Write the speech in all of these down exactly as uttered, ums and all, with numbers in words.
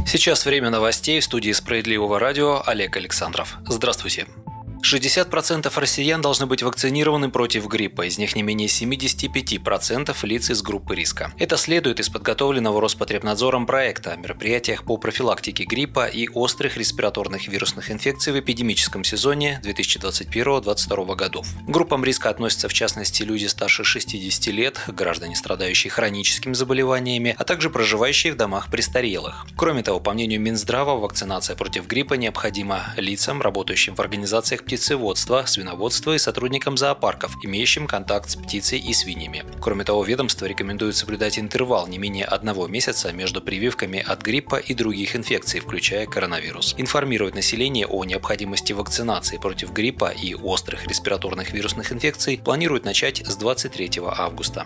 Сейчас время новостей. В студии «Справедливого радио» Олег Александров. Здравствуйте. шестьдесят процентов россиян должны быть вакцинированы против гриппа, из них не менее семьдесят пять процентов лиц из группы риска. Это следует из подготовленного Роспотребнадзором проекта о мероприятиях по профилактике гриппа и острых респираторных вирусных инфекций в эпидемическом сезоне две тысячи двадцать первого — две тысячи двадцать второго годов. К группам риска относятся в частности люди старше шестидесяти лет, граждане, страдающие хроническими заболеваниями, а также проживающие в домах престарелых. Кроме того, по мнению Минздрава, вакцинация против гриппа необходима лицам, работающим в организациях птицеводства, свиноводства и сотрудникам зоопарков, имеющим контакт с птицей и свиньями. Кроме того, ведомство рекомендует соблюдать интервал не менее одного месяца между прививками от гриппа и других инфекций, включая коронавирус. Информировать население о необходимости вакцинации против гриппа и острых респираторных вирусных инфекций планируют начать с двадцать третьего августа.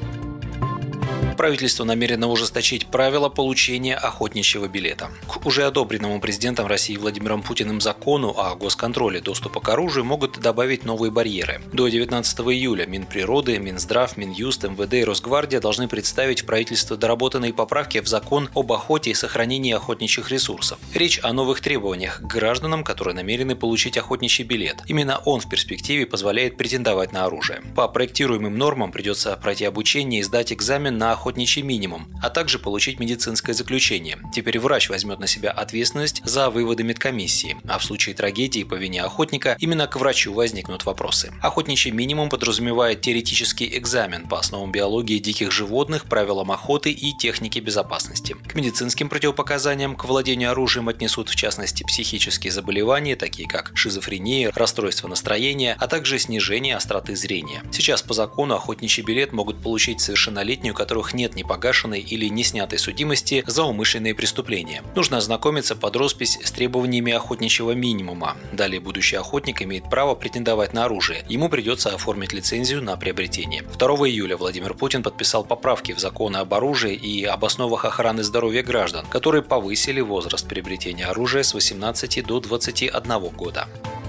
Правительство намерено ужесточить правила получения охотничьего билета. К уже одобренному президентом России Владимиром Путиным закону о госконтроле доступа к оружию могут добавить новые барьеры. До девятнадцатого июля Минприроды, Минздрав, Минюст, эм вэ дэ и Росгвардия должны представить в правительство доработанные поправки в закон об охоте и сохранении охотничьих ресурсов. Речь о новых требованиях к гражданам, которые намерены получить охотничий билет. Именно он в перспективе позволяет претендовать на оружие. По проектируемым нормам придется пройти обучение и сдать экзамен на охотничий минимум, а также получить медицинское заключение. Теперь врач возьмет на себя ответственность за выводы медкомиссии, а в случае трагедии по вине охотника именно к врачу возникнут вопросы. Охотничий минимум подразумевает теоретический экзамен по основам биологии диких животных, правилам охоты и техники безопасности. К медицинским противопоказаниям к владению оружием отнесут в частности психические заболевания, такие как шизофрения, расстройство настроения, а также снижение остроты зрения. Сейчас по закону охотничий билет могут получить совершеннолетние, у которых нет непогашенной или не снятой судимости за умышленные преступления. Нужно ознакомиться под роспись с требованиями охотничьего минимума. Далее будущий охотник имеет право претендовать на оружие. Ему придется оформить лицензию на приобретение. второго июля Владимир Путин подписал поправки в законы об оружии и об основах охраны здоровья граждан, которые повысили возраст приобретения оружия с восемнадцати до двадцати одного года.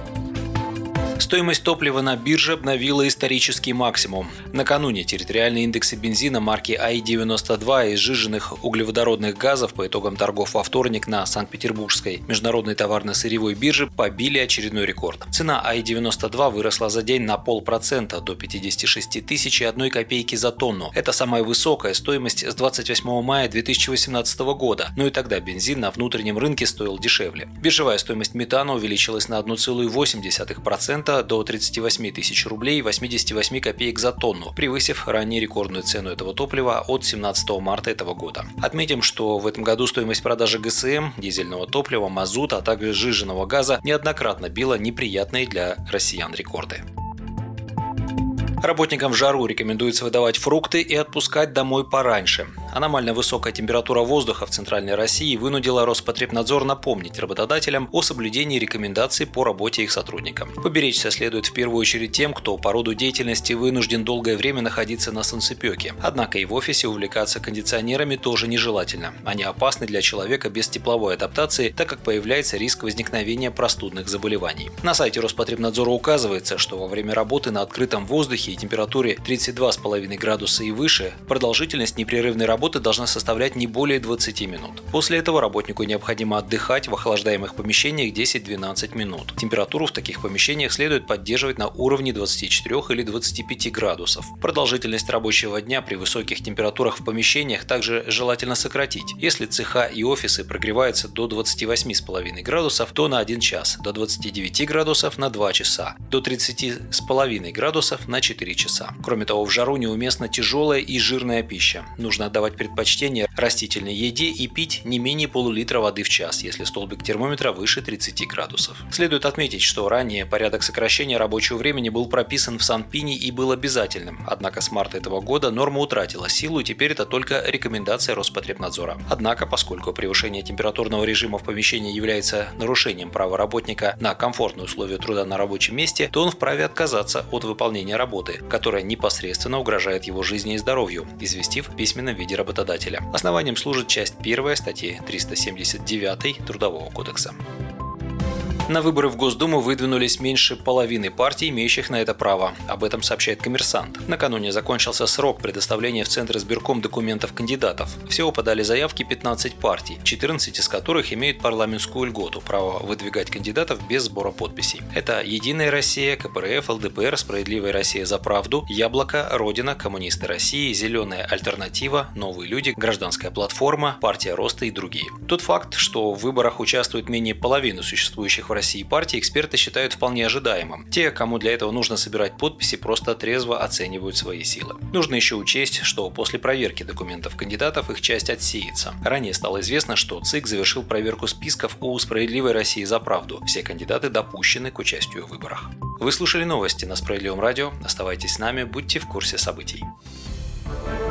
Стоимость топлива на бирже обновила исторический максимум. Накануне территориальные индексы бензина марки а и девяносто два и сжиженных углеводородных газов по итогам торгов во вторник на Санкт-Петербургской международной товарно-сырьевой бирже побили очередной рекорд. Цена а и девяносто два выросла за день на полпроцента до пятидесяти шести тысяч одной копейки за тонну. Это самая высокая стоимость с двадцать восьмого мая две тысячи восемнадцатого года, но и тогда бензин на внутреннем рынке стоил дешевле. Биржевая стоимость метана увеличилась на одна целая восемь десятых процента до тридцати восьми тысяч рублей и восьмидесяти восьми копеек за тонну, превысив ранее рекордную цену этого топлива от семнадцатого марта этого года. Отметим, что в этом году стоимость продажи гэ эс эм, дизельного топлива, мазута, а также сжиженного газа неоднократно била неприятные для россиян рекорды. Работникам в жару рекомендуется выдавать фрукты и отпускать домой пораньше. Аномально высокая температура воздуха в Центральной России вынудила Роспотребнадзор напомнить работодателям о соблюдении рекомендаций по работе их сотрудникам. Поберечься следует в первую очередь тем, кто по роду деятельности вынужден долгое время находиться на солнцепёке. Однако и в офисе увлекаться кондиционерами тоже нежелательно. Они опасны для человека без тепловой адаптации, так как появляется риск возникновения простудных заболеваний. На сайте Роспотребнадзора указывается, что во время работы на открытом воздухе и температуре тридцать два и пять градуса и выше продолжительность непрерывной работы должна составлять не более двадцати минут. После этого работнику необходимо отдыхать в охлаждаемых помещениях десять-двенадцать минут. Температуру в таких помещениях следует поддерживать на уровне двадцати четырёх или двадцати пяти градусов. Продолжительность рабочего дня при высоких температурах в помещениях также желательно сократить. Если цеха и офисы прогреваются до двадцати восьми и пяти градусов, то на один час, до двадцати девяти градусов на два часа, до тридцати и пяти градусов на четыре часа. Кроме того, в жару неуместна тяжелая и жирная пища. Нужно отдавать предпочтение растительной еде и пить не менее полулитра воды в час, если столбик термометра выше тридцати градусов. Следует отметить, что ранее порядок сокращения рабочего времени был прописан в Санпине и был обязательным. Однако с марта этого года норма утратила силу, и теперь это только рекомендация Роспотребнадзора. Однако, поскольку превышение температурного режима в помещении является нарушением права работника на комфортные условия труда на рабочем месте, то он вправе отказаться от выполнения работы, которая непосредственно угрожает его жизни и здоровью, известив в письменном виде работодателя. Основанием служит часть первая статьи триста семьдесят девять Трудового кодекса. На выборы в Госдуму выдвинулись меньше половины партий, имеющих на это право. Об этом сообщает «Коммерсант». Накануне закончился срок предоставления в Центр избирком документов кандидатов. Всего подали заявки пятнадцать партий, четырнадцать из которых имеют парламентскую льготу – право выдвигать кандидатов без сбора подписей. Это «Единая Россия», ка пэ эр эф, эл дэ пэ эр, «Справедливая Россия за правду», «Яблоко», «Родина», «Коммунисты России», «Зеленая альтернатива», «Новые люди», «Гражданская платформа», «Партия роста» и другие. Тот факт, что в выборах участвует менее половины существующих в России партий, эксперты считают вполне ожидаемым. Те, кому для этого нужно собирать подписи, просто трезво оценивают свои силы. Нужно еще учесть, что после проверки документов кандидатов их часть отсеется. Ранее стало известно, что ЦИК завершил проверку списков у «Справедливой России за правду». Все кандидаты допущены к участию в выборах. Вы слушали новости на Справедливом радио. Оставайтесь с нами, будьте в курсе событий.